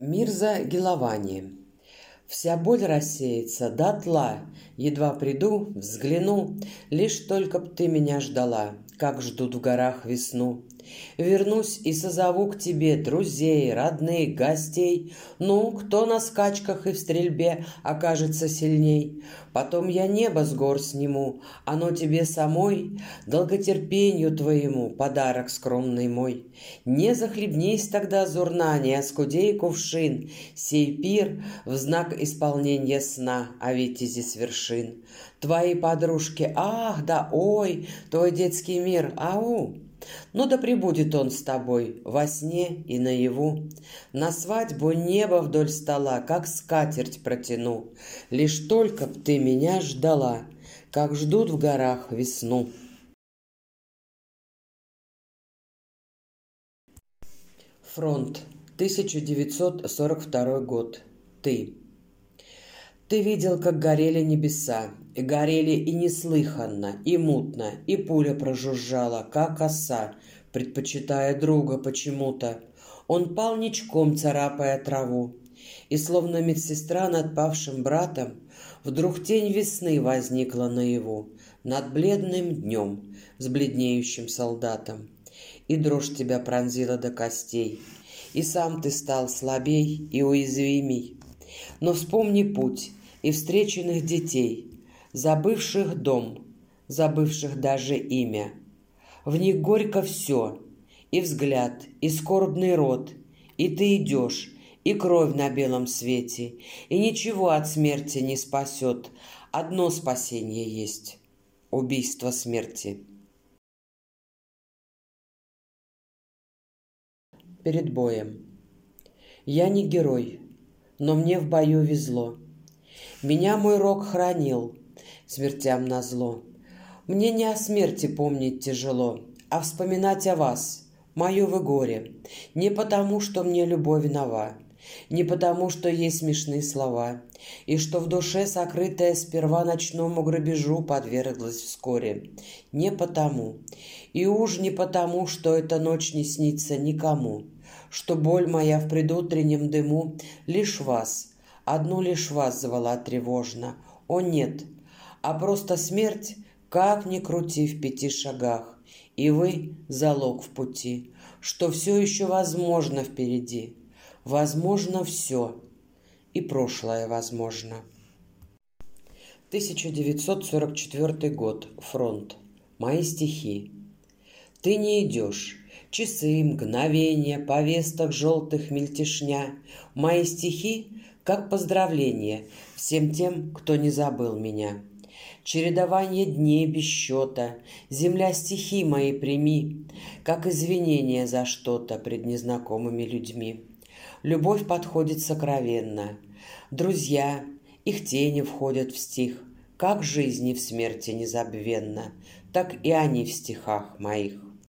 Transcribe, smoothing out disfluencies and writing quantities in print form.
Мирза Гилавани. Вся боль рассеется дотла, едва приду, взгляну, лишь только б ты меня ждала, как ждут в горах весну. Вернусь и созову к тебе друзей, родных, гостей. Ну, кто на скачках и в стрельбе окажется сильней? Потом я небо с гор сниму, оно тебе самой, долготерпению твоему, подарок скромный мой. Не захлебнись тогда, зурна, не оскудей кувшин, сей пир в знак исполнения сна о витязи с вершин. Твои подружки, ах да ой, твой детский мир, ау! Ну да пребудет он с тобой во сне и наяву. На свадьбу небо вдоль стола, как скатерть протяну. Лишь только б ты меня ждала, как ждут в горах весну. Фронт, 1942 год. Ты. Ты видел, как горели небеса, и горели и неслыханно, и мутно, и пуля прожужжала, как оса, предпочитая друга почему-то. Он пал ничком, царапая траву, и, словно медсестра над павшим братом, вдруг тень весны возникла наяву над бледным днем с бледнеющим солдатом. И дрожь тебя пронзила до костей, и сам ты стал слабей и уязвимей. Но вспомни путь и встреченных детей, забывших дом, забывших даже имя. В них горько все, и взгляд, и скорбный рот, и ты идешь, и кровь на белом свете, и ничего от смерти не спасет. Одно спасение есть — убийство смерти. Перед боем. Я не герой, но мне в бою везло. Меня мой рок хранил, смертям назло. Мне не о смерти помнить тяжело, а вспоминать о вас, мое вы горе. Не потому, что мне любовь нова, не потому, что есть смешные слова, и что в душе, сокрытая сперва ночному грабежу, подверглась вскоре. Не потому, и уж не потому, что эта ночь не снится никому, что боль моя в предутреннем дыму лишь вас, одну лишь вас звала тревожно. О нет, а просто смерть, как ни крути, в 5 шагах, и вы залог в пути, что все еще возможно впереди. Возможно все, и прошлое возможно. 1944 год. Фронт. Мои стихи. Ты не идешь. Часы, мгновения, повесток желтых мельтешня. Мои стихи, как поздравление всем тем, кто не забыл меня. Чередование дней без счета, земля, стихи мои прими, как извинение за что-то пред незнакомыми людьми. Любовь подходит сокровенно. Друзья, их тени входят в стих. Как жизни в смерти незабвенно, так и они в стихах моих.